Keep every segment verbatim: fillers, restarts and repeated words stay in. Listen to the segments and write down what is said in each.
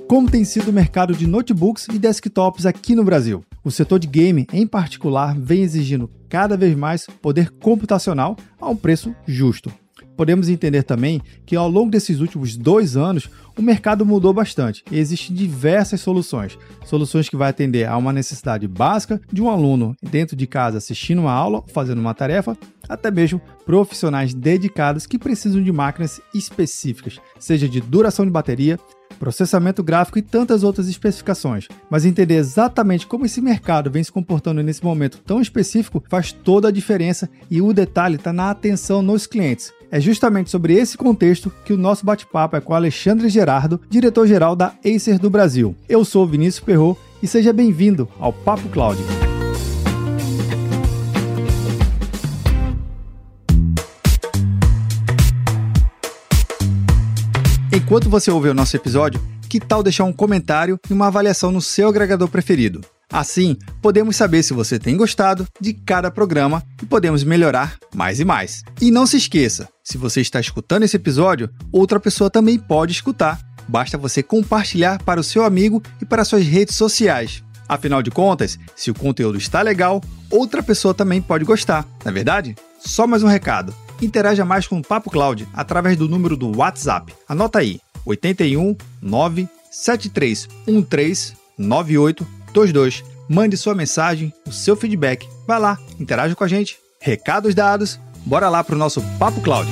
como tem sido o mercado de notebooks e desktops aqui no Brasil. O setor de game, em particular, vem exigindo cada vez mais poder computacional a um preço justo. Podemos entender também que ao longo desses últimos dois anos, o mercado mudou bastante e existem diversas soluções. Soluções que vão atender a uma necessidade básica de um aluno dentro de casa assistindo uma aula, fazendo uma tarefa, até mesmo profissionais dedicados que precisam de máquinas específicas, seja de duração de bateria, processamento gráfico e tantas outras especificações. Mas entender exatamente como esse mercado vem se comportando nesse momento tão específico faz toda a diferença e o detalhe está na atenção nos clientes. É justamente sobre esse contexto que o nosso bate-papo é com Alexandre Gerardo, diretor-geral da Acer do Brasil. Eu sou o Vinícius Perrot e seja bem-vindo ao Papo Cloud. Enquanto você ouve o nosso episódio, que tal deixar um comentário e uma avaliação no seu agregador preferido? Assim, podemos saber se você tem gostado de cada programa e podemos melhorar mais e mais. E não se esqueça, se você está escutando esse episódio, outra pessoa também pode escutar. Basta você compartilhar para o seu amigo e para suas redes sociais. Afinal de contas, se o conteúdo está legal, outra pessoa também pode gostar, não é verdade? Só mais um recado. Interaja mais com o Papo Cloud através do número do WhatsApp. Anota aí, oito um nove sete três um três nove oito dois dois. Mande sua mensagem, o seu feedback. Vai lá, interaja com a gente. Recados dados, bora lá para o nosso Papo Cloud.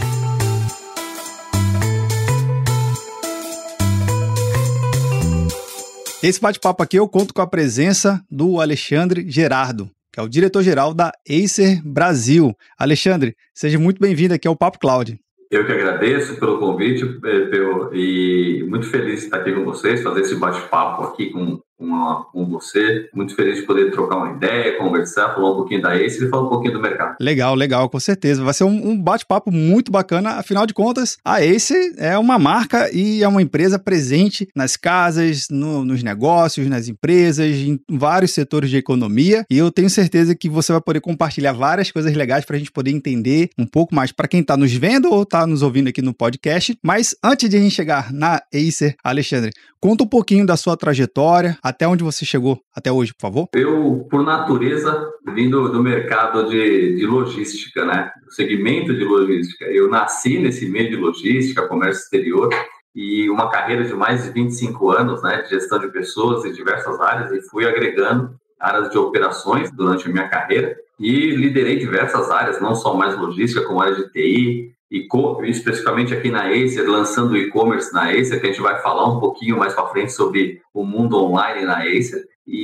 Esse bate-papo aqui eu conto com a presença do Alexandre Gerardo, que é o diretor-geral da Acer Brasil. Alexandre, seja muito bem-vindo aqui ao Papo Cloud. Eu que agradeço pelo convite e muito feliz de estar aqui com vocês, fazer esse bate-papo aqui com, com, com você. Muito feliz de poder trocar uma ideia, conversar, falar um pouquinho da Acer e falar um pouquinho do mercado. Legal, legal, com certeza. Vai ser um, um bate-papo muito bacana. Afinal de contas, a Acer é uma marca e é uma empresa presente nas casas, no, nos negócios, nas empresas, em vários setores de economia. E eu tenho certeza que você vai poder compartilhar várias coisas legais para a gente poder entender um pouco mais para quem está nos vendo ou está nos ouvindo aqui no podcast. Mas antes de a gente chegar na Acer, Alexandre, conta um pouquinho da sua trajetória, até onde você chegou até hoje, por favor. Eu, por natureza, vim do, do mercado de, de logística, né? Do segmento de logística. Eu nasci nesse meio de logística, comércio exterior, e uma carreira de mais de vinte e cinco anos, né, de gestão de pessoas em diversas áreas, e fui agregando áreas de operações durante a minha carreira, e liderei diversas áreas, não só mais logística, como área de T I, e especificamente aqui na Acer, lançando o e-commerce na Acer, que a gente vai falar um pouquinho mais para frente sobre o mundo online na Acer.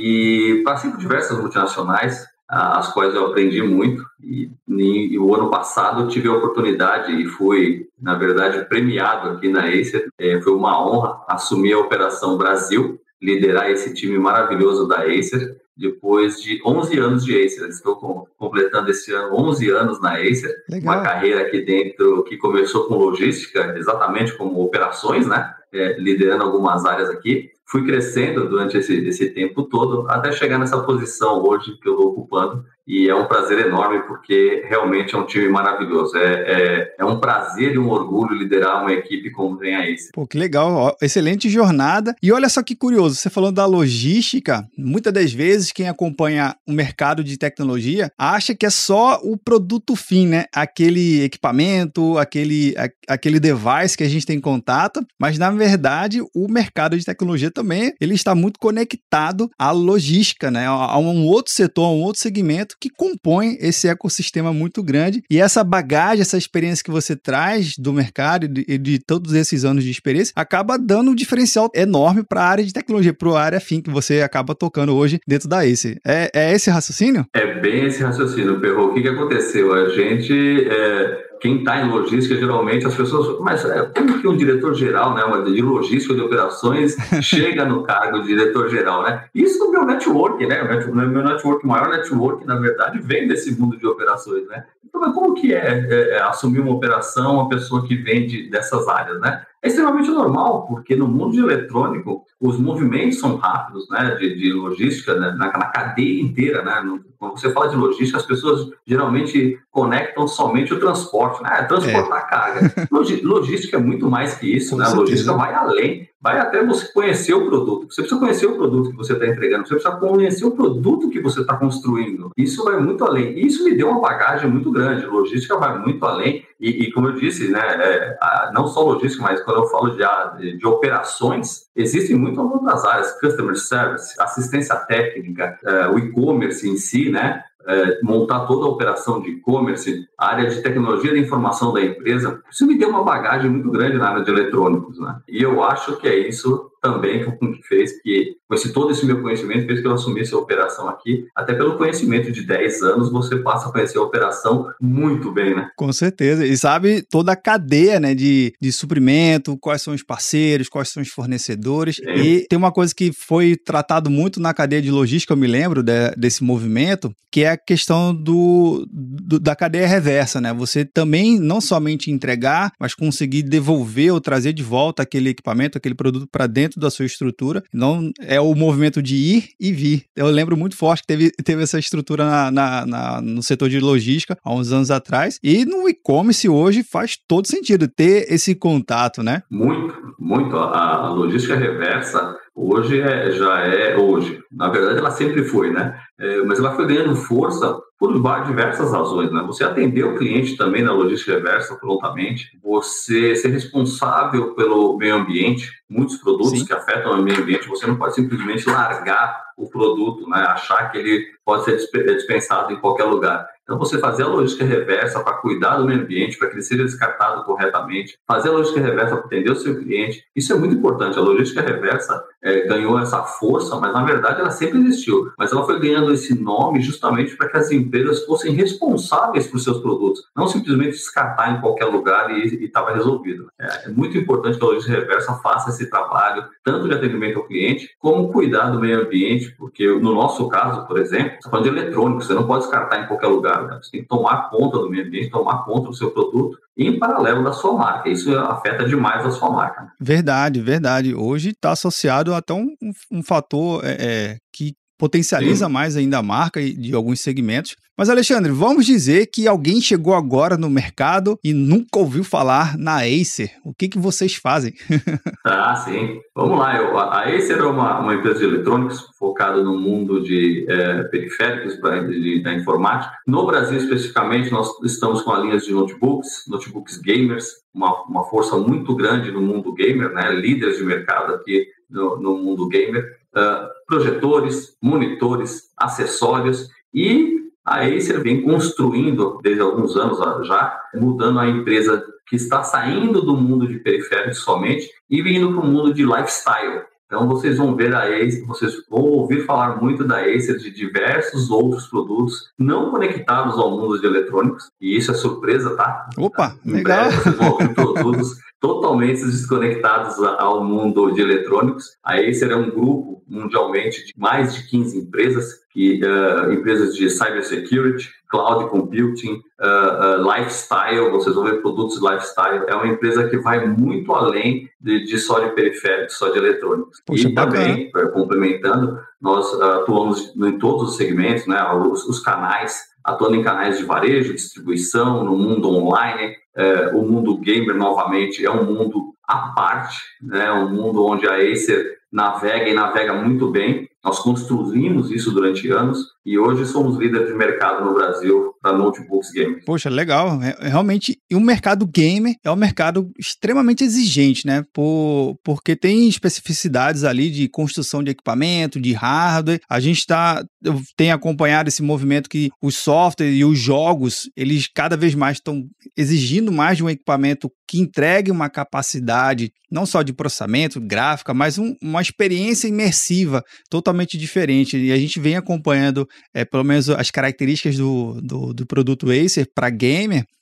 E passei por diversas multinacionais, as quais eu aprendi muito. E, e, e o ano passado tive a oportunidade e fui, na verdade, premiado aqui na Acer. É, foi uma honra assumir a Operação Brasil, liderar esse time maravilhoso da Acer. Depois de onze anos de Acer, estou com, completando esse ano onze anos na Acer, Legal. Uma carreira aqui dentro que começou com logística, exatamente como operações, né? É, liderando algumas áreas aqui. Fui crescendo durante esse, esse tempo todo, até chegar nessa posição hoje que eu estou ocupando, e é um prazer enorme, porque realmente é um time maravilhoso. É, é, é um prazer e um orgulho liderar uma equipe como tem a Acer. Pô, que legal, ó, excelente jornada. E olha só que curioso, você falando da logística, muitas das vezes quem acompanha o mercado de tecnologia acha que é só o produto fim, né? Aquele equipamento, aquele, a, aquele device que a gente tem contato, mas na verdade o mercado de tecnologia também ele está muito conectado à logística, né? A um outro setor, a um outro segmento que compõe esse ecossistema muito grande. E essa bagagem, essa experiência que você traz do mercado e de, de todos esses anos de experiência, acaba dando um diferencial enorme para a área de tecnologia, para a área fim que você acaba tocando hoje dentro da Acer. É, é esse raciocínio? É bem esse raciocínio, Perro. O que, que aconteceu? A gente... É... Quem está em logística, geralmente, as pessoas... Mas é, como que um diretor-geral, né, uma de logística de operações, chega no cargo de diretor-geral, né? Isso no meu network, né? O meu network, o maior network, na verdade, vem desse mundo de operações, né? Então, como que é, é, é assumir uma operação, uma pessoa que vem de, dessas áreas, né? É extremamente normal, porque no mundo de eletrônico, os movimentos são rápidos, né, de, de logística, né, na, na cadeia inteira, né? No, quando você fala de logística, as pessoas geralmente conectam somente o transporte, né? Transportar é. carga. Logística é muito mais que isso, né? Logística vai além, vai até você conhecer o produto. Você precisa conhecer o produto que você está entregando, você precisa conhecer o produto que você está construindo. Isso vai muito além. E isso me deu uma bagagem muito grande. Logística vai muito além. E, e como eu disse, né, é, a, não só logística, mas quando eu falo de, de, de operações, existem muitas outras áreas, customer service, assistência técnica, é, o e-commerce em si, né? É, montar toda a operação de e-commerce, a área de tecnologia da informação da empresa. Isso me deu uma bagagem muito grande na área de eletrônicos, né? E eu acho que é isso também que fez que, com esse, todo esse meu conhecimento, fez que eu assumisse a operação aqui. Até pelo conhecimento de dez anos, você passa a conhecer a operação muito bem, né? Com certeza. E sabe toda a cadeia, né, de, de suprimento, quais são os parceiros, quais são os fornecedores. Sim. E tem uma coisa que foi tratado muito na cadeia de logística, eu me lembro de, desse movimento, que é a questão do, do, da cadeia reversa, né? Você também não somente entregar, mas conseguir devolver ou trazer de volta aquele equipamento, aquele produto para dentro da sua estrutura. Não é o movimento de ir e vir. Eu lembro muito forte que teve, teve essa estrutura na, na, na, no setor de logística há uns anos atrás, e no e-commerce hoje faz todo sentido ter esse contato, né? Muito, muito. A, a logística reversa hoje é, já é hoje. Na verdade, ela sempre foi, né? É, mas ela foi ganhando força por diversas razões, né? Você atender o cliente também na logística reversa prontamente, você ser responsável pelo meio ambiente, muitos produtos Sim. que afetam o meio ambiente, você não pode simplesmente largar o produto, né? Achar que ele pode ser dispensado em qualquer lugar. Então, você fazer a logística reversa para cuidar do meio ambiente, para que ele seja descartado corretamente, fazer a logística reversa para atender o seu cliente, isso é muito importante. A logística reversa é, ganhou essa força, mas na verdade ela sempre existiu. Mas ela foi ganhando esse nome justamente para que as empresas fossem responsáveis por seus produtos, não simplesmente descartar em qualquer lugar e estava resolvido. É, é muito importante que a logística reversa faça esse trabalho, tanto de atendimento ao cliente, como cuidar do meio ambiente, porque no nosso caso, por exemplo, você está falando de eletrônico, você não pode descartar em qualquer lugar. Você tem que tomar conta do meio ambiente, tomar conta do seu produto e em paralelo da sua marca. Isso afeta demais a sua marca. Verdade, verdade. Hoje está associado até um, um, um fator é, é, que potencializa Sim. mais ainda a marca de alguns segmentos. Mas, Alexandre, vamos dizer que alguém chegou agora no mercado e nunca ouviu falar na Acer. O que, que vocês fazem? Ah, sim. Vamos lá. Eu, a Acer é uma, uma empresa de eletrônicos focada no mundo de é, periféricos pra, de, da informática. No Brasil, especificamente, nós estamos com a linha de notebooks, notebooks gamers, uma, uma força muito grande no mundo gamer, né? Líderes de mercado aqui no, no mundo gamer. Uh, projetores, monitores, acessórios, e a Acer vem construindo, desde alguns anos já, mudando a empresa que está saindo do mundo de periféricos somente e vindo para o mundo de lifestyle. Então, vocês vão ver a Acer, vocês vão ouvir falar muito da Acer, de diversos outros produtos não conectados ao mundo de eletrônicos, e isso é surpresa, tá? Opa, em legal! Breve, vocês vão ouvir produtos totalmente desconectados ao mundo de eletrônicos. A Acer é um grupo mundialmente de mais de quinze empresas, que, uh, empresas de cybersecurity, cloud computing, uh, uh, lifestyle, vocês vão ver produtos lifestyle. É uma empresa que vai muito além de, de só de periféricos, só de eletrônicos. Poxa, e também, complementando, nós uh, atuamos em todos os segmentos, né, os, os canais, atuando em canais de varejo, distribuição, no mundo online. É, o mundo gamer, novamente, é um mundo à parte, né? Um mundo onde a Acer navega e navega muito bem. Nós construímos isso durante anos e hoje somos líderes de mercado no Brasil para notebooks gamer. Poxa, legal. Realmente, o mercado gamer é um mercado extremamente exigente, né? Por, porque tem especificidades ali de construção de equipamento, de hardware. A gente tá, tem acompanhado esse movimento que os softwares e os jogos, eles cada vez mais estão exigindo mais de um equipamento que entregue uma capacidade não só de processamento, gráfica, mas um, uma experiência imersiva totalmente diferente. E a gente vem acompanhando, é, pelo menos, as características do, do, do produto Acer para gamer,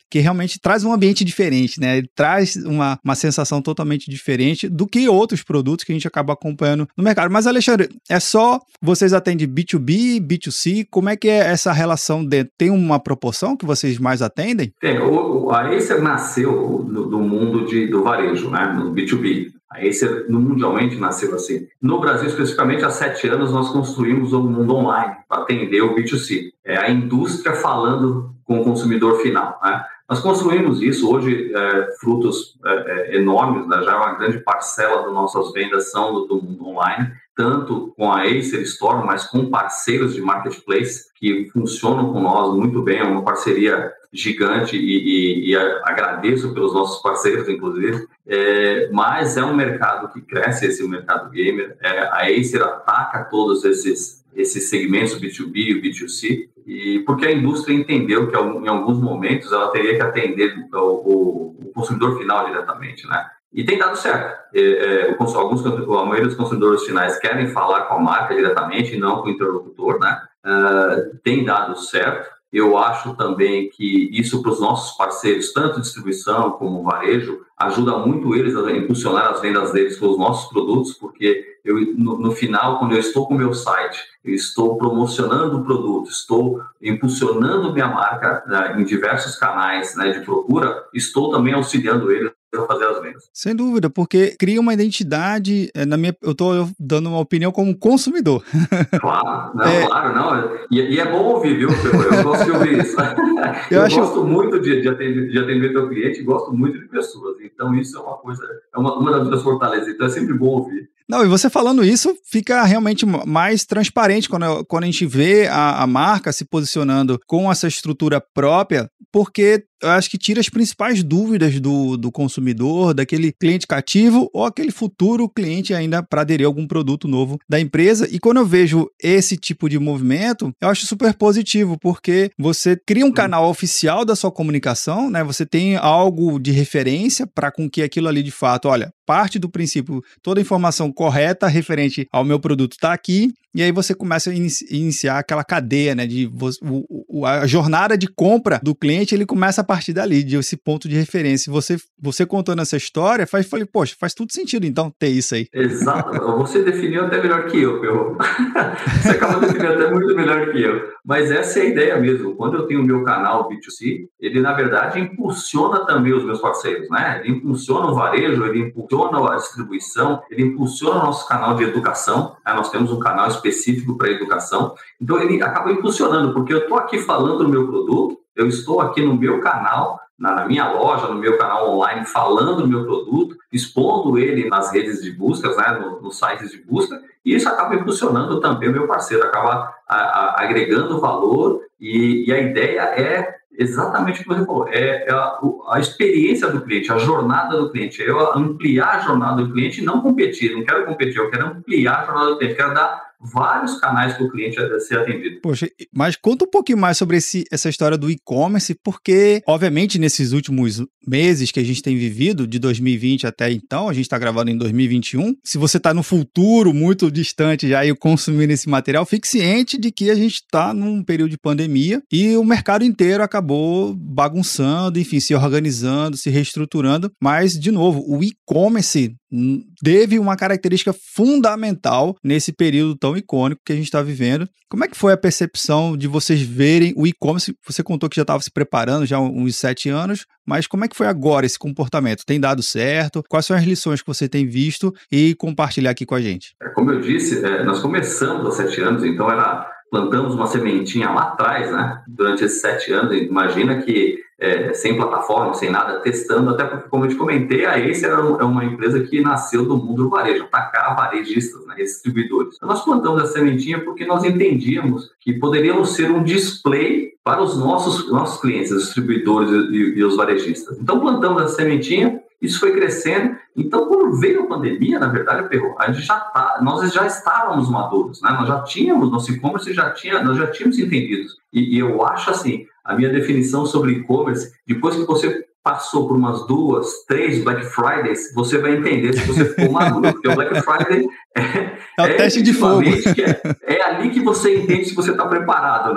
que realmente traz um ambiente diferente, né? Ele traz uma, uma sensação totalmente diferente do que outros produtos que a gente acaba acompanhando no mercado. Mas, Alexandre, é só vocês atendem B dois B, B dois C? Como é que é essa relação dentro? Tem uma proporção que vocês mais atendem? Tem. O, a Acer nasceu no, no mundo de, do varejo, né? No B dois B. A Acer mundialmente nasceu assim. No Brasil, especificamente, há sete anos, nós construímos um mundo online para atender o B dois C. É a indústria falando com o consumidor final, né? Nós construímos isso, hoje, é, frutos é, enormes, né? Já uma grande parcela das nossas vendas são do, do mundo online, tanto com a Acer Store, mas com parceiros de marketplace que funcionam com nós muito bem, é uma parceria gigante e, e, e agradeço pelos nossos parceiros, inclusive, é, mas é um mercado que cresce, esse mercado gamer, é, a Acer ataca todos esses esses segmentos B dois B e B dois C, e porque a indústria entendeu que em alguns momentos ela teria que atender o, o, o consumidor final diretamente, né? E tem dado certo. É, é, alguns, a maioria dos consumidores finais querem falar com a marca diretamente e não com o interlocutor, né? Uh, tem dado certo. Eu acho também que isso para os nossos parceiros, tanto distribuição como varejo, ajuda muito eles a impulsionar as vendas deles com os nossos produtos, porque eu, no, no final, quando eu estou com o meu site, eu estou promocionando o produto, estou impulsionando minha marca, né, em diversos canais, né, de procura, estou também auxiliando eles a fazer as vendas. Sem dúvida, porque cria uma identidade, na minha, eu estou dando uma opinião como consumidor. Claro, não, é... claro, não. E, e é bom ouvir, viu? Eu, eu gosto de ouvir isso. Eu, eu acho... gosto muito de, de, atender, de atender teu cliente, gosto muito de pessoas. Então, isso é uma coisa, é uma, uma das minhas fortalezas. Então, é sempre bom ouvir. Não, e você falando isso, fica realmente mais transparente quando, quando a gente vê a, a marca se posicionando com essa estrutura própria, porque eu acho que tira as principais dúvidas do, do consumidor, daquele cliente cativo ou aquele futuro cliente ainda para aderir a algum produto novo da empresa. E quando eu vejo esse tipo de movimento, eu acho super positivo, porque você cria um canal oficial da sua comunicação, né? Você tem algo de referência para com que aquilo ali de fato, olha, parte do princípio, toda a informação correta referente ao meu produto está aqui, e aí você começa a inici- iniciar aquela cadeia, né, de o, o, a jornada de compra do cliente, ele começa a partir dali, de esse ponto de referência. Você, você contando essa história, faz, falei, poxa, faz tudo sentido então ter isso aí. Exato, você definiu até melhor que eu, meu. Você acaba definindo até muito melhor que eu, mas essa é a ideia mesmo. Quando eu tenho o meu canal B dois C, ele na verdade impulsiona também os meus parceiros, né? Ele impulsiona o varejo, ele impulsiona a distribuição, ele impulsiona o nosso canal de educação, né? Nós temos um canal específico para educação, então ele acaba impulsionando, porque eu estou aqui falando do meu produto, eu estou aqui no meu canal, na, na minha loja, no meu canal online, falando do meu produto, expondo ele nas redes de buscas, né? No, nos sites de busca, e isso acaba impulsionando também o meu parceiro, acaba a, a, agregando valor, e, e a ideia é exatamente o que você falou, é, é a, a experiência do cliente, a jornada do cliente, é eu ampliar a jornada do cliente e não competir, não quero competir, eu quero ampliar a jornada do cliente, quero dar vários canais para o cliente ser atendido. Poxa, mas conta um pouquinho mais sobre esse, essa história do e-commerce, porque, obviamente, nesses últimos meses que a gente tem vivido, de dois mil e vinte até então, a gente está gravando em dois mil e vinte e um, se você está no futuro muito distante já e consumindo esse material, fique ciente de que a gente está num período de pandemia e o mercado inteiro acabou bagunçando, enfim, se organizando, se reestruturando, mas, de novo, o e-commerce teve uma característica fundamental nesse período tão icônico que a gente está vivendo. Como é que foi a percepção de vocês verem o e-commerce? Você contou que já estava se preparando já há uns sete anos, mas como é que foi agora esse comportamento? Tem dado certo? Quais são as lições que você tem visto e compartilhar aqui com a gente? Como eu disse, nós começamos há sete anos, então era... plantamos uma sementinha lá atrás, né? Durante esses sete anos, imagina que é, sem plataforma, sem nada, testando, até porque, como eu te comentei, a Acer é uma empresa que nasceu do mundo do varejo, atacar varejistas, né, distribuidores. Então, nós plantamos essa sementinha porque nós entendíamos que poderíamos ser um display para os nossos, nossos clientes, os distribuidores e, e os varejistas. Então, plantamos essa sementinha, isso foi crescendo. Então, quando veio a pandemia, na verdade, Perro, a gente já tá, nós já estávamos maduros, né? Nós já tínhamos, nosso e-commerce já tinha, nós já tínhamos entendido. E, e eu acho assim, a minha definição sobre e-commerce, depois que você passou por umas duas, três Black Fridays, você vai entender se você ficou maduro, porque o Black Friday é, é o é teste de fogo. É, é ali que você entende se você está preparado, né?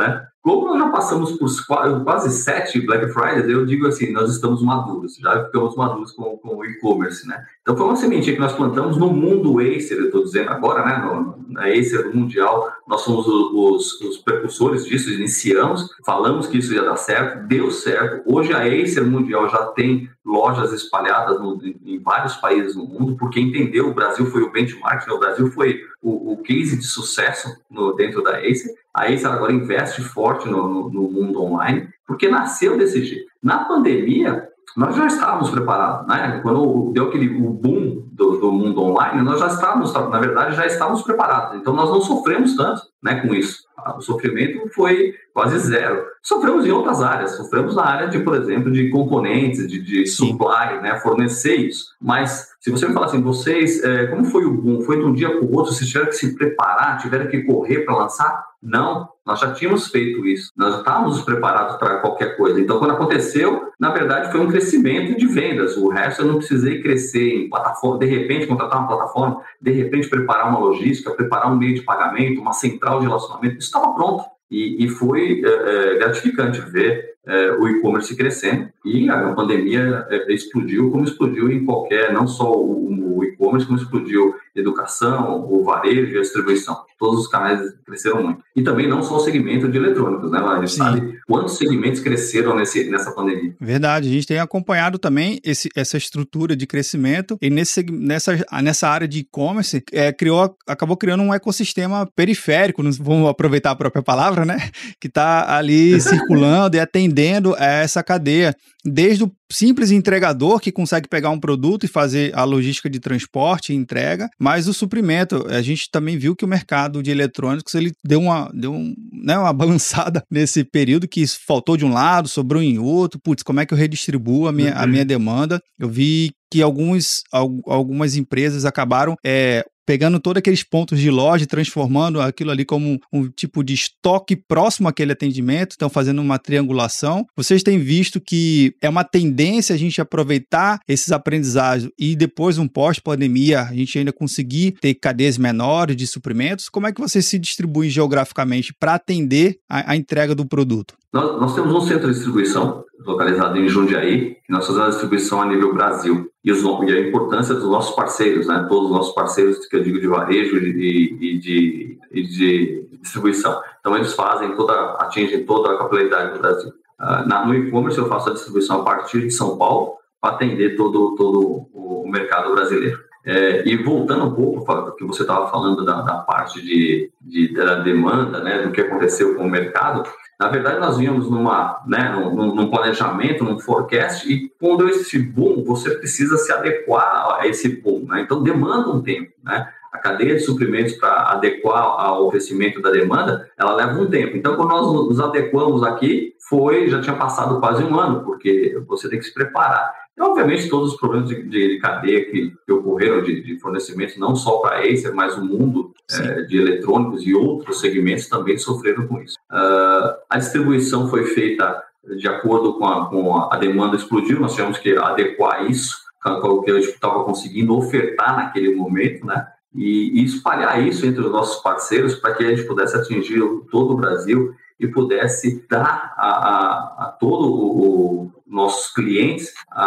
Como nós já passamos por quase sete Black Fridays, eu digo assim, nós estamos maduros, já ficamos maduros com, com o e-commerce, né? Então foi uma sementinha que nós plantamos no mundo Acer, eu estou dizendo agora, né? No, na Acer do Mundial, nós somos os, os precursores disso, iniciamos, falamos que isso ia dar certo, deu certo. Hoje a Acer Mundial já tem lojas espalhadas no, em vários países no mundo, porque entendeu, o Brasil foi o benchmark, né? O Brasil foi o, o case de sucesso no, dentro da Acer. A Acer agora investe forte no, no, no mundo online, porque nasceu desse jeito. Na pandemia, nós já estávamos preparados, né? Quando deu aquele o boom do, do mundo online, nós já estávamos, na verdade, já estávamos preparados. Então, nós não sofremos tanto, né, com isso. O sofrimento foi quase zero. Sofremos em outras áreas. Sofremos na área de, por exemplo, de componentes, de, de supply, né, fornecer isso. Mas, se você me falar assim, vocês, é, como foi o boom? Foi de um dia para o outro? Vocês tiveram que se preparar? Tiveram que correr para lançar? Não, nós já tínhamos feito isso. Nós já estávamos preparados para qualquer coisa. Então, quando aconteceu, na verdade, foi um crescimento de vendas. O resto eu não precisei crescer em plataforma, de repente contratar uma plataforma, de repente preparar uma logística, preparar um meio de pagamento, uma central de relacionamento. Isso estava pronto. E, e foi é, gratificante ver é, o e-commerce crescendo, e a pandemia é, explodiu como explodiu em qualquer, não só o, o e-commerce, como explodiu a educação, o varejo e a distribuição. Todos os canais cresceram muito. E também não só o segmento de eletrônicos, né? A gente Sim. sabe quantos segmentos cresceram nesse, nessa pandemia. Verdade, a gente tem acompanhado também esse, essa estrutura de crescimento, e nesse, nessa, nessa área de e-commerce, é, criou, acabou criando um ecossistema periférico, vamos aproveitar a própria palavra, né? Que está ali circulando e atendendo a essa cadeia, desde o simples entregador que consegue pegar um produto e fazer a logística de transporte e entrega, mas o suprimento. A gente também viu que o mercado de eletrônicos ele deu uma, deu um, né, uma balançada nesse período, que faltou de um lado, sobrou em outro. Putz, como é que eu redistribuo a minha, uhum. a minha demanda? Eu vi que alguns, algumas empresas acabaram é, pegando todos aqueles pontos de loja e transformando aquilo ali como um, um tipo de estoque próximo àquele atendimento, estão fazendo uma triangulação. Vocês têm visto que é uma tendência a gente aproveitar esses aprendizados e depois, um pós-pandemia, a gente ainda conseguir ter cadeias menores de suprimentos? Como é que vocês se distribuem geograficamente para atender a, a entrega do produto? Nós, nós temos um centro de distribuição localizado em Jundiaí, que nós fazemos a distribuição a nível Brasil. E, os, e a importância dos nossos parceiros, né? Todos os nossos parceiros, que eu digo de varejo e de, e de, e de distribuição. Então, eles fazem toda, atingem toda a capilaridade do Brasil. Uh, na, no e-commerce, eu faço a distribuição a partir de São Paulo, para atender todo, todo o mercado brasileiro. É, e voltando um pouco para o que você estava falando da, da parte de, de, da demanda, né, do que aconteceu com o mercado, na verdade nós vínhamos numa, né, num, num planejamento, num forecast, e quando esse boom, você precisa se adequar a esse boom, né? Então demanda um tempo, né? A cadeia de suprimentos para adequar ao crescimento da demanda, ela leva um tempo. Então, quando nós nos adequamos aqui, foi, já tinha passado quase um ano, porque você tem que se preparar. E, obviamente, todos os problemas de, de cadeia que, que ocorreram de, de fornecimento, não só para a Acer, mas o mundo é, de eletrônicos e outros segmentos também sofreram com isso. Uh, a distribuição foi feita de acordo com a, com a demanda explodiu, nós tivemos que adequar isso, com o que a gente estava conseguindo ofertar naquele momento, né? E, e espalhar isso entre os nossos parceiros para que a gente pudesse atingir todo o Brasil e pudesse dar a, a, a todos os nossos clientes,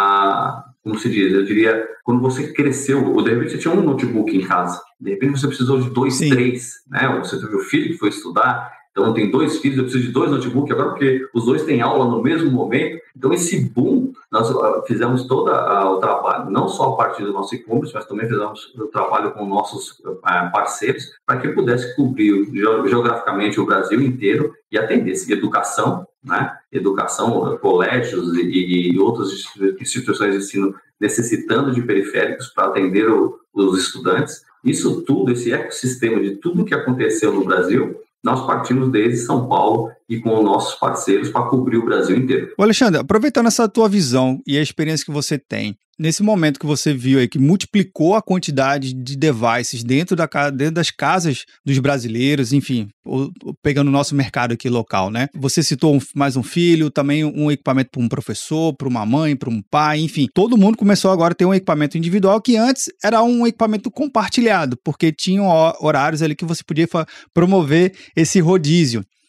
a, como se diz, eu diria, quando você cresceu, ou de repente você tinha um notebook em casa, de repente você precisou de dois, Sim. três, né? Ou você teve o filho que foi estudar, então tem dois filhos, eu preciso de dois notebooks agora, porque os dois têm aula no mesmo momento. Então esse boom, nós fizemos todo o trabalho, não só a partir do nosso e-commerce, mas também fizemos o trabalho com nossos uh, parceiros, para que pudesse cobrir geograficamente o Brasil inteiro e atendesse educação, né? Educação, colégios e, e outras instituições de ensino necessitando de periféricos para atender o, os estudantes. Isso tudo, esse ecossistema de tudo que aconteceu no Brasil, nós partimos desde São Paulo e com nossos parceiros para cobrir o Brasil inteiro. Ô Alexandre, aproveitando essa tua visão e a experiência que você tem, nesse momento que você viu aí, que multiplicou a quantidade de devices dentro, da, dentro das casas dos brasileiros, enfim, pegando o nosso mercado aqui local, né? Você citou um, mais um filho, também um equipamento para um professor, para uma mãe, para um pai, enfim. Todo mundo começou agora a ter um equipamento individual que antes era um equipamento compartilhado, porque tinham horários ali que você podia promover esse rodízio.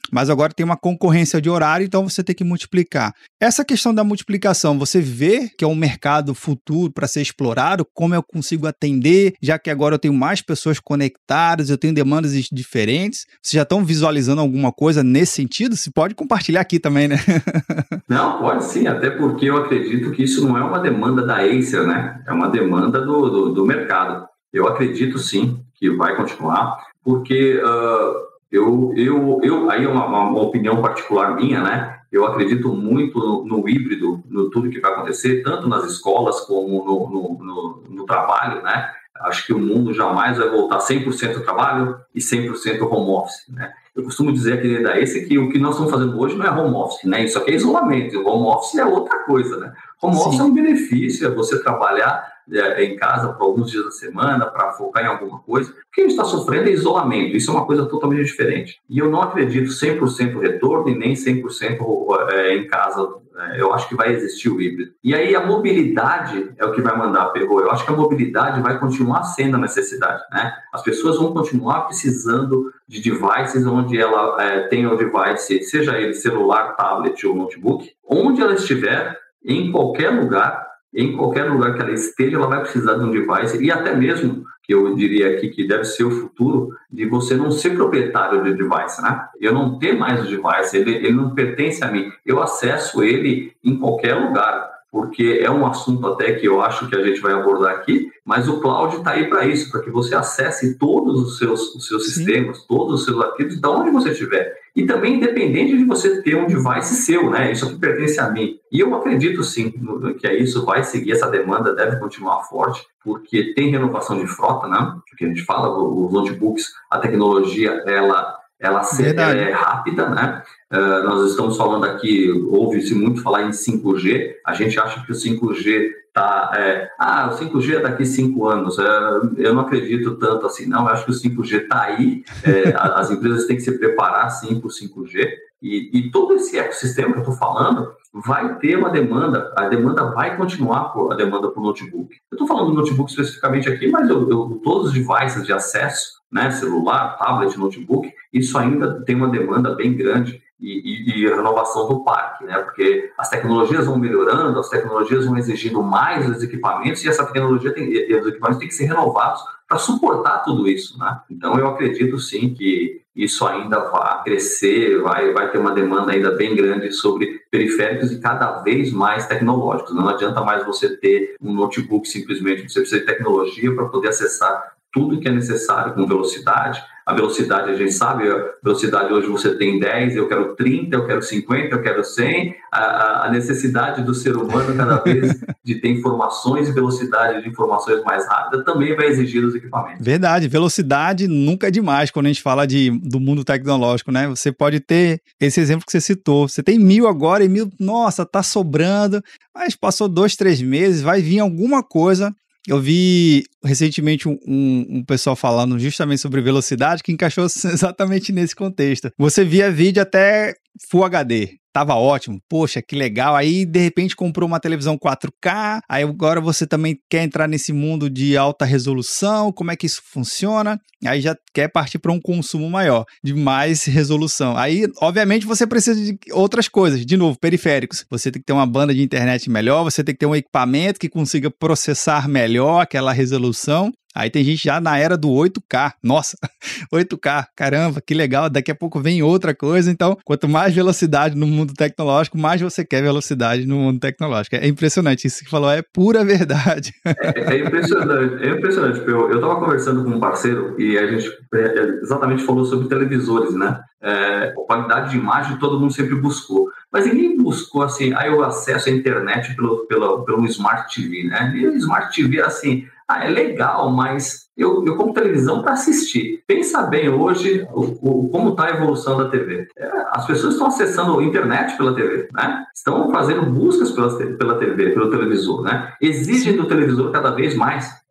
mas agora tem uma concorrência de horário, então você tem que multiplicar. Essa questão da multiplicação, você vê que é um mercado futuro para ser explorado? Como eu consigo atender, já que agora eu tenho mais pessoas conectadas, eu tenho demandas diferentes? Vocês já estão visualizando alguma coisa nesse sentido? Você pode compartilhar aqui também, né? Não, pode sim, até porque eu acredito que isso não é uma demanda da Acer, né? É uma demanda do, do, do mercado. Eu acredito sim que vai continuar, porque uh, eu, eu, eu, aí é uma, uma opinião particular minha, né? Eu acredito muito no, no híbrido, no tudo que vai acontecer, tanto nas escolas como no, no, no, no trabalho, né? Acho que o mundo jamais vai voltar cem por cento trabalho e cem por cento home office, né? Eu costumo dizer aqui da esse que o que nós estamos fazendo hoje não é home office, né? Isso aqui é isolamento, o home office é outra coisa, né? Home Sim. office é um benefício, é você trabalhar é, em casa por alguns dias da semana para focar em alguma coisa. O que a gente está sofrendo é isolamento, isso é uma coisa totalmente diferente. E eu não acredito cem por cento retorno e nem cem por cento é, em casa. Eu acho que vai existir o híbrido. E aí a mobilidade é o que vai mandar a perro. Eu acho que a mobilidade vai continuar sendo a necessidade, né? As pessoas vão continuar precisando de devices onde ela é, tenha o device, seja ele celular, tablet ou notebook, onde ela estiver, em qualquer lugar, em qualquer lugar que ela esteja, ela vai precisar de um device, e até mesmo, que eu diria aqui que deve ser o futuro, de você não ser proprietário do device, né? Eu não ter mais o device, ele, ele não pertence a mim, eu acesso ele em qualquer lugar, porque é um assunto até que eu acho que a gente vai abordar aqui, mas o cloud está aí para isso, para que você acesse todos os seus, os seus sistemas, todos os seus arquivos, de onde você estiver. E também independente de você ter um device seu, né? Isso aqui pertence a mim. E eu acredito sim que é isso, vai seguir, essa demanda deve continuar forte, porque tem renovação de frota, né? Que a gente fala, os notebooks, a tecnologia, ela, ela, ela é rápida, né? Uh, nós estamos falando aqui, ouve-se muito falar em cinco G, a gente acha que o cinco G tá, é, ah, o cinco G é daqui cinco anos, é, eu não acredito tanto assim, não, eu acho que o cinco G está aí, é, as empresas têm que se preparar sim para o cinco G, e, e todo esse ecossistema que eu estou falando vai ter uma demanda, a demanda vai continuar, por, a demanda por notebook. Eu estou falando do notebook especificamente aqui, mas eu, eu, todos os devices de acesso, né, celular, tablet, notebook, isso ainda tem uma demanda bem grande. E, e, e renovação do parque, né? Porque as tecnologias vão melhorando, as tecnologias vão exigindo mais dos equipamentos e essa tecnologia tem, e os equipamentos têm que ser renovados para suportar tudo isso, né? Então eu acredito sim que isso ainda vai crescer, vai, vai ter uma demanda ainda bem grande sobre periféricos e cada vez mais tecnológicos. Não adianta mais você ter um notebook simplesmente, você precisa de tecnologia para poder acessar tudo que é necessário com velocidade. A velocidade, a gente sabe, a velocidade hoje você tem dez, eu quero trinta, eu quero cinquenta, eu quero cem. A, a necessidade do ser humano, cada vez, de ter informações e velocidade de informações mais rápida, também vai exigir os equipamentos. Verdade, velocidade nunca é demais quando a gente fala de, do mundo tecnológico, né? Você pode ter esse exemplo que você citou. Você tem mil agora e mil, nossa, tá sobrando, mas passou dois, três meses, vai vir alguma coisa. Eu vi recentemente um, um, um pessoal falando justamente sobre velocidade que encaixou exatamente nesse contexto. Você via vídeo até Full H D. Tava ótimo, poxa, que legal. Aí, de repente, comprou uma televisão quatro K, aí agora você também quer entrar nesse mundo de alta resolução, como é que isso funciona? Aí já quer partir para um consumo maior, de mais resolução. Aí, obviamente, você precisa de outras coisas, de novo, periféricos. Você tem que ter uma banda de internet melhor, você tem que ter um equipamento que consiga processar melhor aquela resolução. Aí tem gente já na era do oito K. Nossa, oito K, caramba, que legal. Daqui a pouco vem outra coisa. Então, quanto mais velocidade no mundo tecnológico, mais você quer velocidade no mundo tecnológico. É impressionante. Isso que você falou é pura verdade. É, é impressionante. É impressionante. Eu estava conversando com um parceiro e a gente exatamente falou sobre televisores, né? É, a qualidade de imagem todo mundo sempre buscou. Mas ninguém buscou, assim, aí o acesso à internet pelo, pelo, pelo Smart T V, né? E o Smart T V, assim... Ah, é legal, mas eu, eu compro televisão para assistir. Pensa bem hoje o, o, como está a evolução da T V. É, as pessoas estão acessando a internet pela T V, né? Estão fazendo buscas pela, pela T V, pelo televisor, né? Exigem do televisor cada vez mais.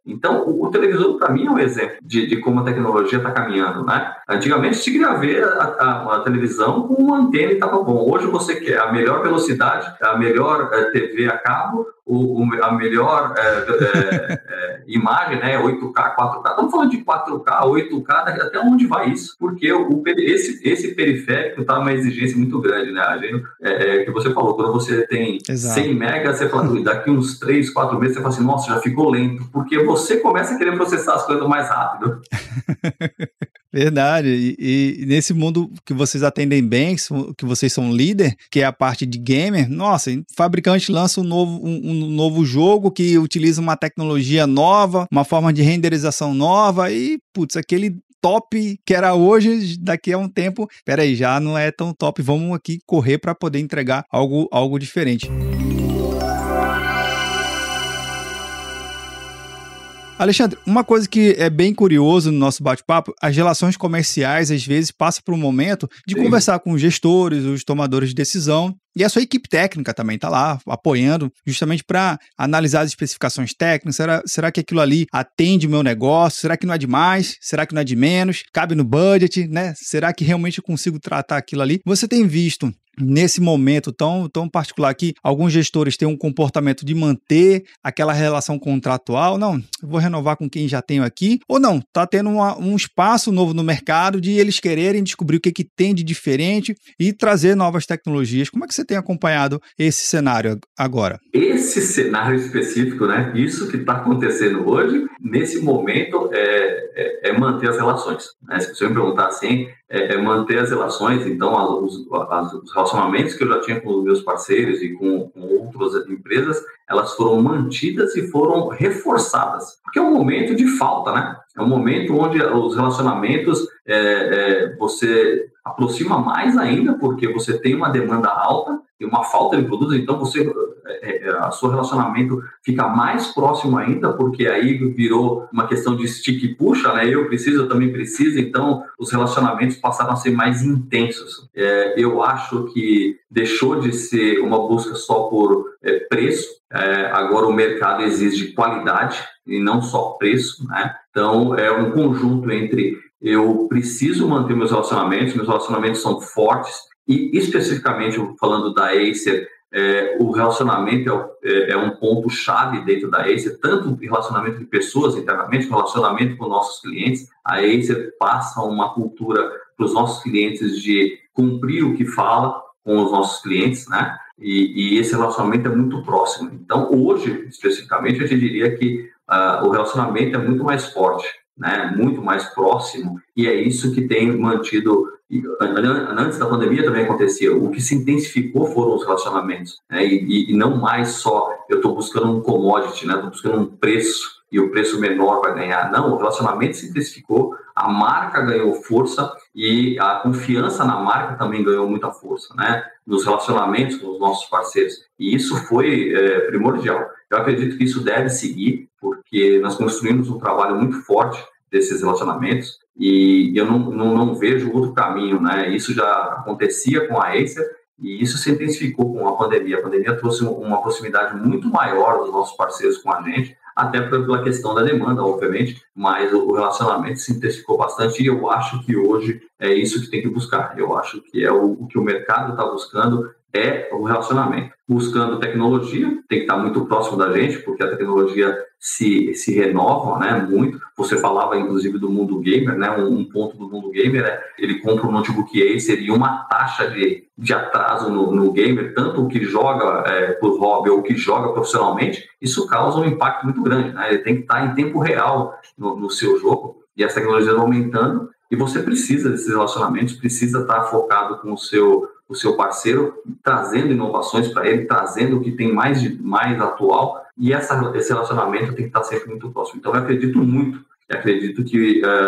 Então, o, o televisor, para mim, é um exemplo de, de como a tecnologia está caminhando, né? Antigamente, você queria ver a, a, a televisão com uma antena e estava bom. Hoje, você quer a melhor velocidade, a melhor é, T V a cabo, o, o, a melhor é, é, é, imagem, né? oito K, quatro K. Estamos falando de quatro K, oito K, até onde vai isso? Porque o, esse, esse periférico está uma exigência muito grande, né? A gente, é, é, que você falou, quando você tem Exato. cem megas, você fala, daqui uns três, quatro meses, você fala assim, nossa, já ficou lento, porque você começa a querer processar as coisas mais rápido. Verdade, e, e nesse mundo que vocês atendem bem, que vocês são líder, que é a parte de gamer, nossa, fabricante lança um novo, um, um novo jogo que utiliza uma tecnologia nova, uma forma de renderização nova e, putz, aquele top que era hoje, daqui a um tempo, peraí, já não é tão top, vamos aqui correr para poder entregar algo, algo diferente. Alexandre, uma coisa que é bem curioso no nosso bate-papo, as relações comerciais às vezes passam por um momento de Sim. conversar com os gestores, os tomadores de decisão, e a sua equipe técnica também está lá, apoiando, justamente para analisar as especificações técnicas. Será, será que aquilo ali atende o meu negócio? Será que não é de mais? Será que não é de menos? Cabe no budget, né? Será que realmente eu consigo tratar aquilo ali? Você tem visto nesse momento tão, tão particular que alguns gestores têm um comportamento de manter aquela relação contratual, não, eu vou renovar com quem já tenho aqui, ou não, está tendo uma, um espaço novo no mercado de eles quererem descobrir o que, que tem de diferente e trazer novas tecnologias. Como é que você tem acompanhado esse cenário agora? Esse cenário específico, né? Isso que está acontecendo hoje, nesse momento, é, é, é manter as relações. Né? Se você me perguntar assim, é, é manter as relações, então as, os, as, os relacionamentos que eu já tinha com os meus parceiros e com, com outras empresas, elas foram mantidas e foram reforçadas. Porque é um momento de falta, né? É um momento onde os relacionamentos, é, é, você aproxima mais ainda, porque você tem uma demanda alta e uma falta de produtos, então você, é, é, o seu relacionamento fica mais próximo ainda, porque aí virou uma questão de stick e puxa, né? Eu preciso, eu também preciso, então os relacionamentos passaram a ser mais intensos. É, eu acho que deixou de ser uma busca só por é, preço, é, agora o mercado exige qualidade e não só preço, né? Então é um conjunto entre eu preciso manter meus relacionamentos, meus relacionamentos são fortes e especificamente falando da Acer, é, o relacionamento é, é um ponto-chave dentro da Acer, tanto o relacionamento de pessoas internamente, o relacionamento com nossos clientes. A Acer passa uma cultura para os nossos clientes de cumprir o que fala com os nossos clientes, né? E, e esse relacionamento é muito próximo. Então, hoje, especificamente, eu te diria que uh, o relacionamento é muito mais forte, né? Muito mais próximo, e é isso que tem mantido. Antes da pandemia também acontecia, o que se intensificou foram os relacionamentos, né? e, e não mais só eu estou buscando um commodity, né? Estou buscando um preço e o preço menor vai ganhar. Não, o relacionamento se intensificou, a marca ganhou força e a confiança na marca também ganhou muita força, né? Nos relacionamentos com os nossos parceiros, e isso foi é, primordial. Eu acredito que isso deve seguir, porque nós construímos um trabalho muito forte desses relacionamentos e eu não, não, não vejo outro caminho, né? Isso já acontecia com a Acer e isso se intensificou com a pandemia. A pandemia trouxe uma proximidade muito maior dos nossos parceiros com a gente, até pela questão da demanda, obviamente, mas o relacionamento se intensificou bastante e eu acho que hoje é isso que tem que buscar. Eu acho que é o, o que o mercado está buscando, é o relacionamento. Buscando tecnologia, tem que estar muito próximo da gente, porque a tecnologia se, se renova, né, muito. Você falava, inclusive, do mundo gamer, né, um, um ponto do mundo gamer é ele compra um notebook Acer e uma taxa de, de atraso no, no gamer, tanto o que joga é, por hobby ou o que joga profissionalmente, isso causa um impacto muito grande, né? Ele tem que estar em tempo real no, no seu jogo e as tecnologias vão aumentando e você precisa desses relacionamentos, precisa estar focado com o seu o seu parceiro, trazendo inovações para ele, trazendo o que tem mais, de, mais atual, e essa, esse relacionamento tem que estar sempre muito próximo. Então, eu acredito muito, eu acredito que uh,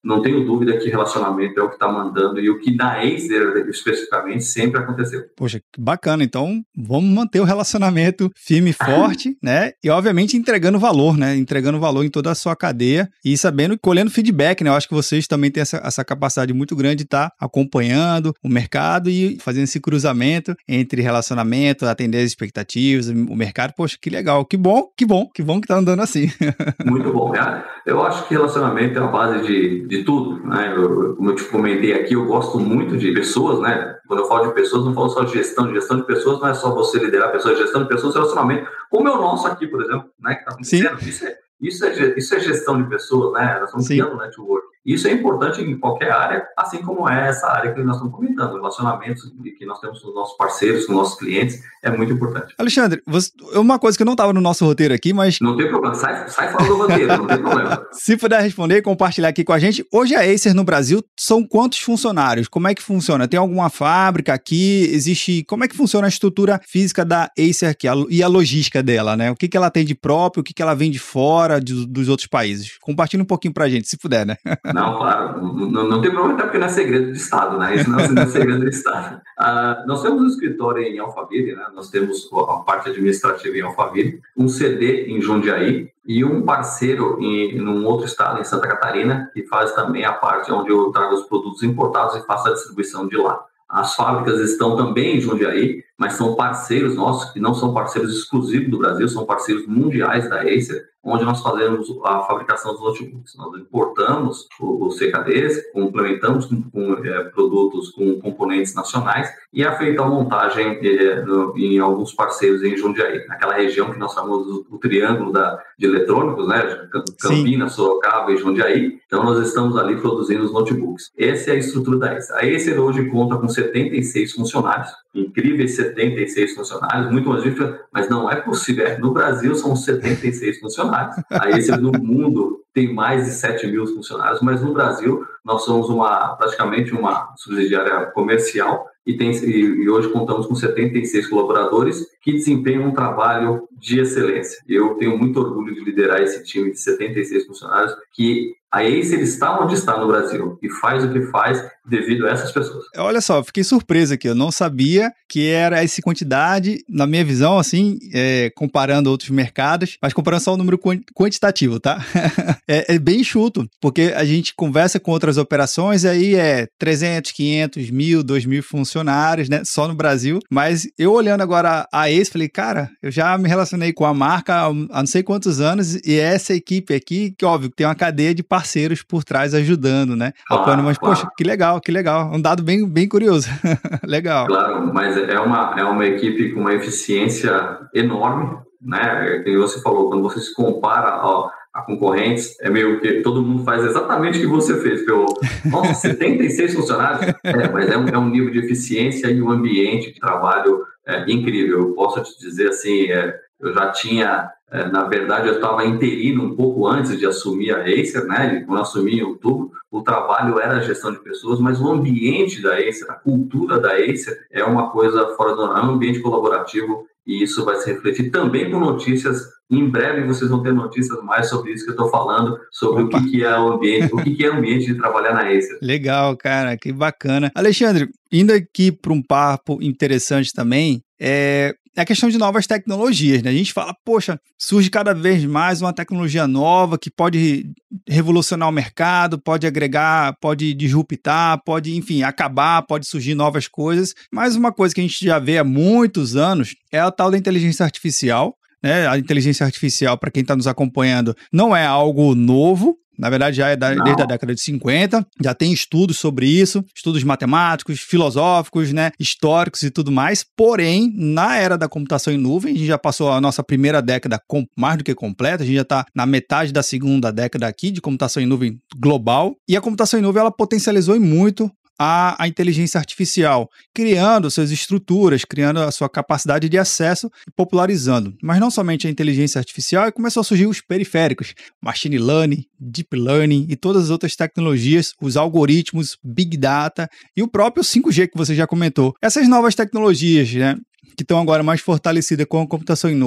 não tenho dúvida que relacionamento é o que está mandando e o que na Acer, especificamente, sempre aconteceu. Poxa, que bacana. Então, vamos manter o relacionamento firme e forte, né? E, obviamente, entregando valor, né? Entregando valor em toda a sua cadeia e sabendo, colhendo feedback, né? Eu acho que vocês também têm essa, essa capacidade muito grande de estar acompanhando o mercado e fazendo esse cruzamento entre relacionamento, atender as expectativas, o mercado. Poxa, que legal. Que bom, que bom, que bom que tá andando assim. Muito bom, né? Eu acho que relacionamento é a base de, de tudo, né? Eu, como eu te comentei aqui, eu gosto muito de pessoas, né? Quando eu falo de pessoas, não falo só de gestão. De gestão de pessoas não é só você liderar pessoas, gestão de pessoas, relacionamento, como é o nosso aqui, por exemplo, né? Que está acontecendo. Sim. Isso é, isso, é, isso é gestão de pessoas, né? Nós estamos criando network. Isso é importante em qualquer área, assim como é essa área que nós estamos comentando, relacionamentos que nós temos com os nossos parceiros, com os nossos clientes, é muito importante. Alexandre, você, uma coisa que não estava no nosso roteiro aqui, mas... Não tem problema, sai, sai fora do roteiro, não tem problema. Se puder responder e compartilhar aqui com a gente, hoje a Acer no Brasil são quantos funcionários? Como é que funciona? Tem alguma fábrica aqui? Existe... Como é que funciona a estrutura física da Acer aqui e a logística dela, né? O que, que ela tem de próprio, o que, que ela vem de fora de, dos outros países? Compartilha um pouquinho pra gente, se puder, né? Não, claro, não, não tem problema, até porque não é segredo de Estado, né? Isso não é segredo de Estado. Uh, nós temos um escritório em Alphaville, né? Nós temos a parte administrativa em Alphaville, um C D em Jundiaí e um parceiro em, em um outro estado, em Santa Catarina, que faz também a parte onde eu trago os produtos importados e faço a distribuição de lá. As fábricas estão também em Jundiaí, mas são parceiros nossos, que não são parceiros exclusivos do Brasil, são parceiros mundiais da Acer, onde nós fazemos a fabricação dos notebooks. Nós importamos os C K Ds, complementamos com, com é, produtos com componentes nacionais e é feita a montagem é, no, em alguns parceiros em Jundiaí, naquela região que nós chamamos o, o triângulo da, de eletrônicos, né? Campinas, Sorocaba e Jundiaí. Então, nós estamos ali produzindo os notebooks. Essa é a estrutura da Acer. A Acer hoje conta com setenta e seis funcionários, incríveis setenta e seis funcionários, muito mais difícil, mas não é possível. No Brasil, são setenta e seis funcionários. A Acer no mundo tem mais de sete mil funcionários, mas no Brasil nós somos uma, praticamente uma subsidiária comercial e, tem, e, e hoje contamos com setenta e seis colaboradores que desempenham um trabalho de excelência. Eu tenho muito orgulho de liderar esse time de setenta e seis funcionários que a Acer está onde está no Brasil e faz o que faz devido a essas pessoas. Olha só, eu fiquei surpreso aqui, eu não sabia que era essa quantidade, na minha visão, assim, é, comparando outros mercados, mas comparando só o número quantitativo, tá? é, é bem enxuto, porque a gente conversa com outras operações e aí é trezentos, quinhentos, mil, dois mil funcionários, né, só no Brasil, mas eu olhando agora a Acer, falei, cara, eu já me relacionei com a marca há não sei quantos anos e essa equipe aqui, que óbvio, tem uma cadeia de parceiros por trás ajudando, né? Claro, apoiando, mas, claro. Poxa, que legal, que legal. Um dado bem, bem curioso. Legal. Claro, mas é uma, é uma equipe com uma eficiência enorme, né? Como você falou, quando você se compara ó, a concorrentes, é meio que todo mundo faz exatamente o que você fez. Pelo, nossa, setenta e seis funcionários? É, mas é um, é um nível de eficiência e um ambiente de trabalho é, incrível. Eu posso te dizer assim, é, eu já tinha... É, na verdade, eu estava interino um pouco antes de assumir a Acer, né? Quando eu assumi em outubro, o trabalho era a gestão de pessoas, mas o ambiente da Acer, a cultura da Acer é uma coisa fora do normal, é um ambiente colaborativo e isso vai se refletir também com notícias. Em breve vocês vão ter notícias mais sobre isso que eu estou falando, sobre Opa. o que, que é o ambiente, o que, que é o ambiente de trabalhar na Acer. Legal, cara, que bacana. Alexandre, indo aqui para um papo interessante também, é... É a questão de novas tecnologias, né? A gente fala, poxa, surge cada vez mais uma tecnologia nova que pode revolucionar o mercado, pode agregar, pode disruptar, pode, enfim, acabar, pode surgir novas coisas. Mas uma coisa que a gente já vê há muitos anos é a tal da inteligência artificial, né? A inteligência artificial, para quem está nos acompanhando, não é algo novo. Na verdade, já é da, desde a década de cinquenta, já tem estudos sobre isso, estudos matemáticos, filosóficos, né, históricos e tudo mais. Porém, na era da computação em nuvem, a gente já passou a nossa primeira década com, mais do que completa, a gente já está na metade da segunda década aqui de computação em nuvem global. E a computação em nuvem, ela potencializou muito A, a inteligência artificial, criando suas estruturas, criando a sua capacidade de acesso e popularizando. Mas não somente a inteligência artificial, e começou a surgir os periféricos, machine learning, deep learning e todas as outras tecnologias, os algoritmos, big data e o próprio cinco G que você já comentou. Essas novas tecnologias, né, que estão agora mais fortalecidas com a computação em nuvem,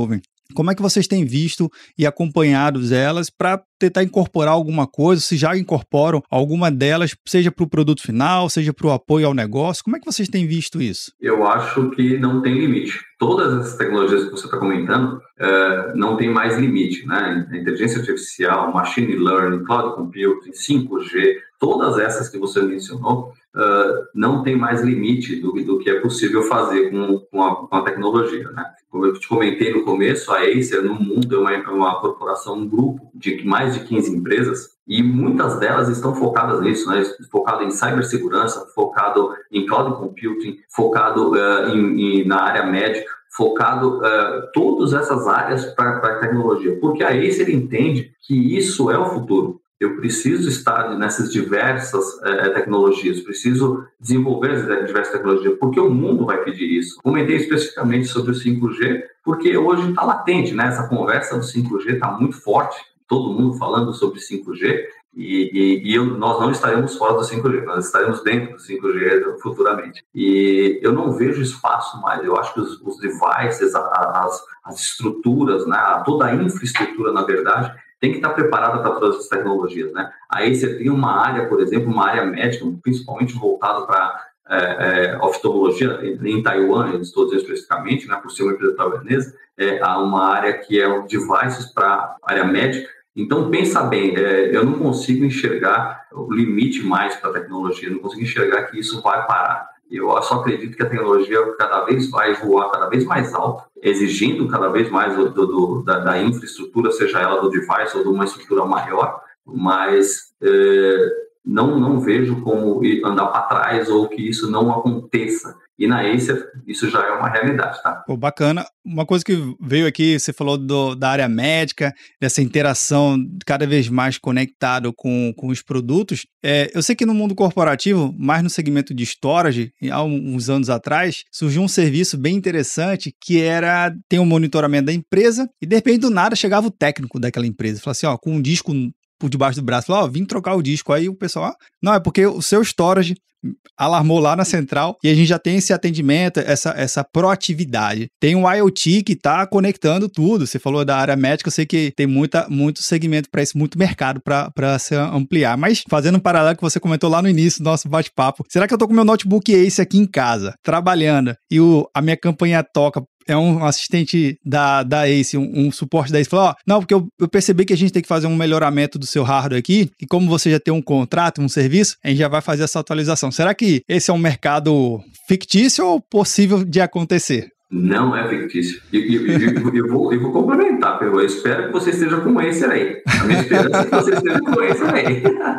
Como é que vocês têm visto e acompanhado elas para tentar incorporar alguma coisa, se já incorporam alguma delas, seja para o produto final, seja para o apoio ao negócio? Como é que vocês têm visto isso? Eu acho que não tem limite. Todas essas tecnologias que você está comentando uh, não tem mais limite, né? Inteligência artificial, machine learning, cloud computing, cinco G, todas essas que você mencionou, uh, não tem mais limite do, do que é possível fazer com, com, a, com a tecnologia, né? Como eu te comentei no começo, a Acer no mundo é uma, uma corporação, um grupo de mais de quinze empresas, e muitas delas estão focadas nisso, né? Focado em cibersegurança, focado em cloud computing, focado uh, em, em, na área médica, focado uh, todas essas áreas para a tecnologia, porque a Acer entende que isso é o futuro. Eu preciso estar nessas diversas uh, tecnologias, preciso desenvolver as diversas tecnologias, porque o mundo vai pedir isso. Comentei especificamente sobre o cinco G, porque hoje está latente, né? Essa conversa do cinco G está muito forte, todo mundo falando sobre cinco G, e, e, e eu, nós não estaremos fora do cinco G, nós estaremos dentro do cinco G futuramente. E eu não vejo espaço mais, eu acho que os, os devices, as, as estruturas, né, toda a infraestrutura, na verdade, tem que estar preparada para todas as tecnologias, né? Aí você tem uma área, por exemplo, uma área médica, principalmente voltada para é, é, oftalmologia, em Taiwan, eu estou dizendo especificamente, né, por ser uma empresa taiwanesa, é, há uma área que é o devices para a área médica. Então, pensa bem, é, eu não consigo enxergar o limite mais para a tecnologia, não consigo enxergar que isso vai parar. Eu só acredito que a tecnologia cada vez vai voar cada vez mais alto, exigindo cada vez mais do, do, da, da infraestrutura, seja ela do device ou de uma estrutura maior, mas é, não, não vejo como andar para trás ou que isso não aconteça. E na Acer, isso já é uma realidade, tá? Pô, bacana. Uma coisa que veio aqui, você falou do, da área médica, dessa interação cada vez mais conectado com, com os produtos. É, eu sei que no mundo corporativo, mais no segmento de storage, há uns anos atrás, surgiu um serviço bem interessante que era ter um monitoramento da empresa e, de repente, do nada, chegava o técnico daquela empresa. Falava assim, ó, com um disco por debaixo do braço, falou, ó, vim trocar o disco. Aí o pessoal, ó, não, é porque o seu storage alarmou lá na central e a gente já tem esse atendimento, essa, essa proatividade. Tem um IoT que está conectando tudo. Você falou da área médica, eu sei que tem muita, muito segmento para isso, muito mercado para se ampliar. Mas fazendo um paralelo que você comentou lá no início do nosso bate-papo, será que eu estou com meu notebook Ace aqui em casa, trabalhando, e o, a minha campanha toca, é um assistente da, da Ace, um, um suporte da Ace, falou, ó, não, porque eu, eu percebi que a gente tem que fazer um melhoramento do seu hardware aqui, e como você já tem um contrato, um serviço, a gente já vai fazer essa atualização. Será que esse é um mercado fictício ou possível de acontecer? Não é fictício. E eu, eu, eu, eu, vou, eu vou complementar, Pedro. Eu espero que você esteja com o Acer aí. A minha esperança é que você esteja com o Acer aí.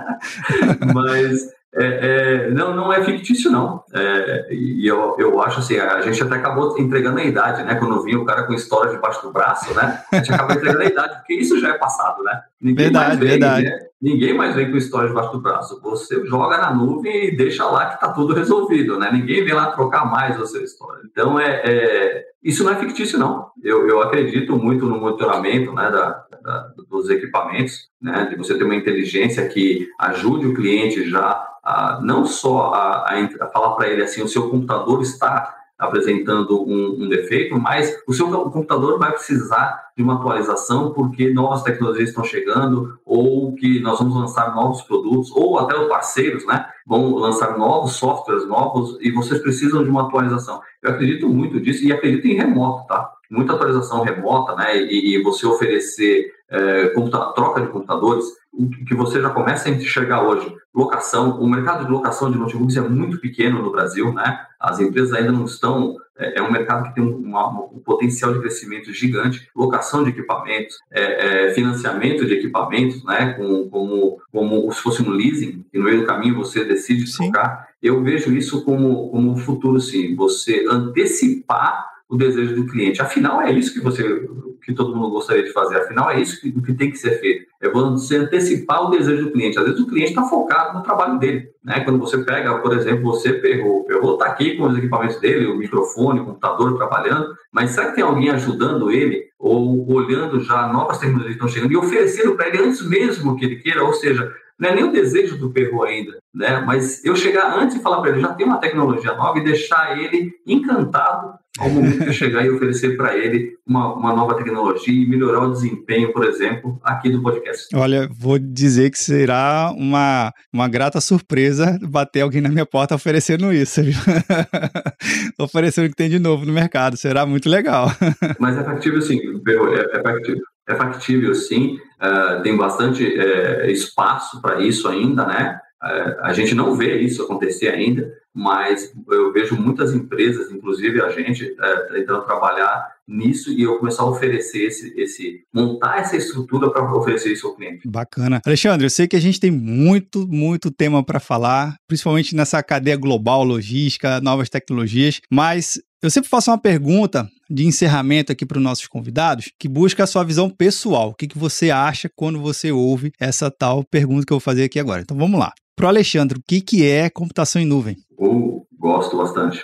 Mas... É, é, não, não é fictício, não. É, e eu, eu acho assim, a gente até acabou entregando a idade, né? Quando vinha o cara com história debaixo do braço, né? A gente acabou entregando a idade, porque isso já é passado, né? Ninguém verdade, mais vem, verdade. Né? Ninguém mais vem com história debaixo do braço. Você joga na nuvem e deixa lá que tá tudo resolvido, né? Ninguém vem lá trocar mais a sua história. Então, é, é, isso não é fictício, não. Eu, eu acredito muito no monitoramento, né, da, da, dos equipamentos, né? De você ter uma inteligência que ajude o cliente já a, não só a, a, a falar para ele assim, o seu computador está apresentando um, um defeito, mas o seu computador vai precisar de uma atualização porque novas tecnologias estão chegando, ou que nós vamos lançar novos produtos, ou até os parceiros, né, vão lançar novos softwares novos e vocês precisam de uma atualização. Eu acredito muito disso e acredito em remoto, tá? Muita atualização remota, né, e, e você oferecer é, troca de computadores, o que você já começa a enxergar hoje. Locação, o mercado de locação de notebooks é muito pequeno no Brasil, né? As empresas ainda não estão, é, é um mercado que tem uma, um potencial de crescimento gigante, locação de equipamentos, é, é, financiamento de equipamentos, né? Como, como, como se fosse um leasing, e no meio do caminho você decide trocar. Eu vejo isso como, como um futuro, sim, você antecipar o desejo do cliente. Afinal, é isso que você, que todo mundo gostaria de fazer. Afinal, é isso que, que tem que ser feito. É você antecipar o desejo do cliente. Às vezes o cliente está focado no trabalho dele, né? Quando você pega, por exemplo, você pegou, pegou, está aqui com os equipamentos dele, o microfone, o computador trabalhando, mas será que tem alguém ajudando ele ou olhando já novas tecnologias que estão chegando e oferecendo para ele antes mesmo que ele queira? Ou seja, não é nem o desejo do perro ainda, né? Mas eu chegar antes e falar para ele, já tem uma tecnologia nova, e deixar ele encantado ao momento de eu chegar e oferecer para ele uma, uma nova tecnologia e melhorar o desempenho, por exemplo, aqui do podcast. Olha, vou dizer que será uma, uma grata surpresa bater alguém na minha porta oferecendo isso, viu? Oferecendo o que tem de novo no mercado, será muito legal. Mas é factível sim, é, é factível. É factível sim, uh, tem bastante uh, espaço para isso ainda, né? Uh, a gente não vê isso acontecer ainda, mas eu vejo muitas empresas, inclusive a gente, uh, tentando trabalhar nisso e eu começar a oferecer esse, esse montar essa estrutura para oferecer isso ao cliente. Bacana. Alexandre, eu sei que a gente tem muito, muito tema para falar, principalmente nessa cadeia global, logística, novas tecnologias, mas eu sempre faço uma pergunta de encerramento aqui para os nossos convidados, que busca a sua visão pessoal. O que, que você acha quando você ouve essa tal pergunta que eu vou fazer aqui agora? Então vamos lá. Para o Alexandre, o que, que é computação em nuvem? Uh, gosto bastante.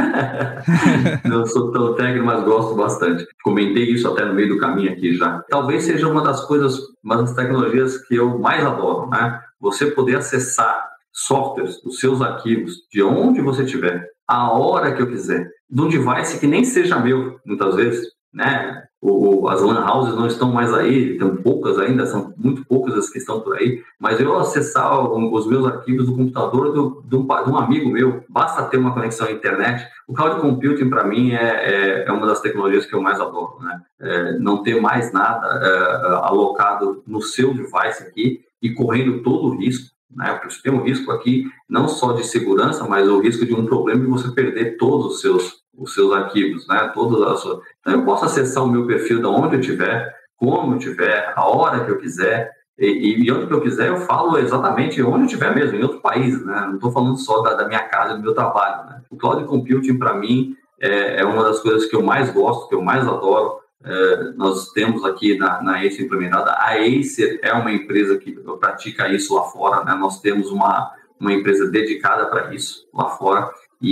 Não sou tão técnico, mas gosto bastante. Comentei isso até no meio do caminho aqui já. Talvez seja uma das coisas, uma das tecnologias que eu mais adoro, né? Você poder acessar softwares, os seus arquivos, de onde você estiver, a hora que eu quiser, de um device que nem seja meu, muitas vezes, né? O, as LAN houses não estão mais aí, tem poucas ainda, são muito poucas as que estão por aí, mas eu acessar os meus arquivos do computador do, do, de um amigo meu, basta ter uma conexão à internet. O cloud computing, para mim, é, é, é uma das tecnologias que eu mais adoro, né? É, não ter mais nada é, alocado no seu device aqui e correndo todo o risco, né? Porque você tem um risco aqui, não só de segurança, mas o risco de um problema de você perder todos os seus os seus arquivos, né? Todas as suas... Então, eu posso acessar o meu perfil de onde eu estiver, como eu estiver, a hora que eu quiser, e, e onde que eu quiser, eu falo exatamente onde eu estiver mesmo, em outro país, né? Não estou falando só da, da minha casa, do meu trabalho, né? O cloud computing, para mim, é, é uma das coisas que eu mais gosto, que eu mais adoro. É, nós temos aqui na, na Acer implementada. A Acer é uma empresa que pratica isso lá fora, né? Nós temos uma, uma empresa dedicada para isso lá fora.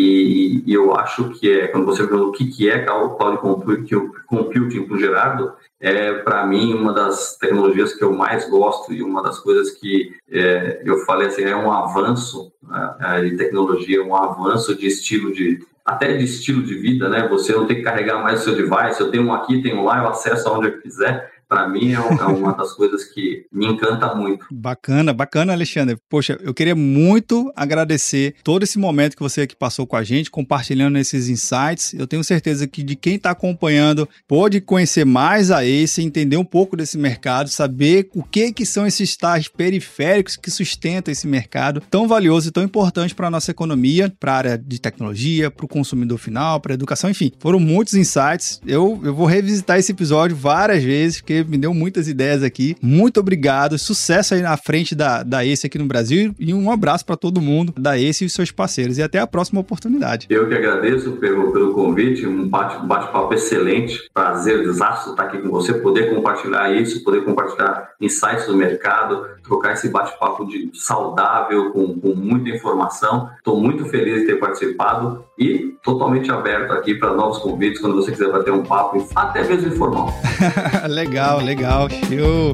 E, e eu acho que é, quando você pergunta o que, que é cloud computing para o Gerardo, é para mim uma das tecnologias que eu mais gosto e uma das coisas que é, eu falei assim, é um avanço, né, de tecnologia, um avanço de estilo de, até de estilo de vida, né? Você não tem que carregar mais o seu device, eu tenho um aqui, tenho lá, eu acesso aonde eu quiser. Para mim, é uma das coisas que me encanta muito. Bacana, bacana, Alexandre. Poxa, eu queria muito agradecer todo esse momento que você aqui passou com a gente, compartilhando esses insights. Eu tenho certeza que de quem está acompanhando pode conhecer mais a Acer, entender um pouco desse mercado, saber o que, que são esses tais periféricos que sustentam esse mercado tão valioso e tão importante para a nossa economia, para a área de tecnologia, para o consumidor final, para a educação, enfim. Foram muitos insights. Eu, eu vou revisitar esse episódio várias vezes, porque me deu muitas ideias aqui. Muito obrigado. Sucesso aí na frente da, da Acer aqui no Brasil e um abraço para todo mundo da Acer e os seus parceiros. E até a próxima oportunidade. Eu que agradeço pelo, pelo convite, um bate, bate-papo excelente. Prazer, desastre estar aqui com você, poder compartilhar isso, poder compartilhar insights do mercado, trocar esse bate-papo de saudável, com, com muita informação. Estou muito feliz de ter participado e totalmente aberto aqui para novos convites, quando você quiser bater um papo, até mesmo informal. Legal, legal, show!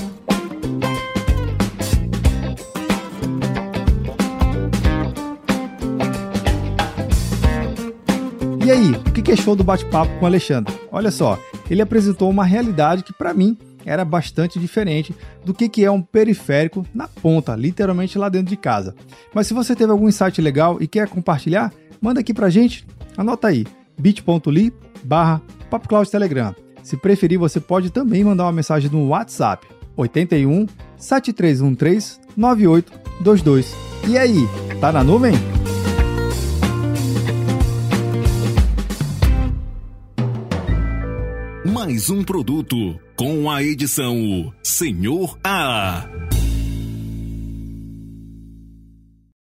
E aí, o que achou do bate-papo com o Alexandre? Olha só, ele apresentou uma realidade que para mim era bastante diferente do que, que é um periférico na ponta, literalmente lá dentro de casa. Mas se você teve algum insight legal e quer compartilhar, manda aqui pra gente, anota aí, bit.ly barra PapoCloud Telegram. Se preferir, você pode também mandar uma mensagem no WhatsApp, oito um, sete três um três, nove oito dois dois. E aí, tá na nuvem? Mais um produto com a edição Senhor A.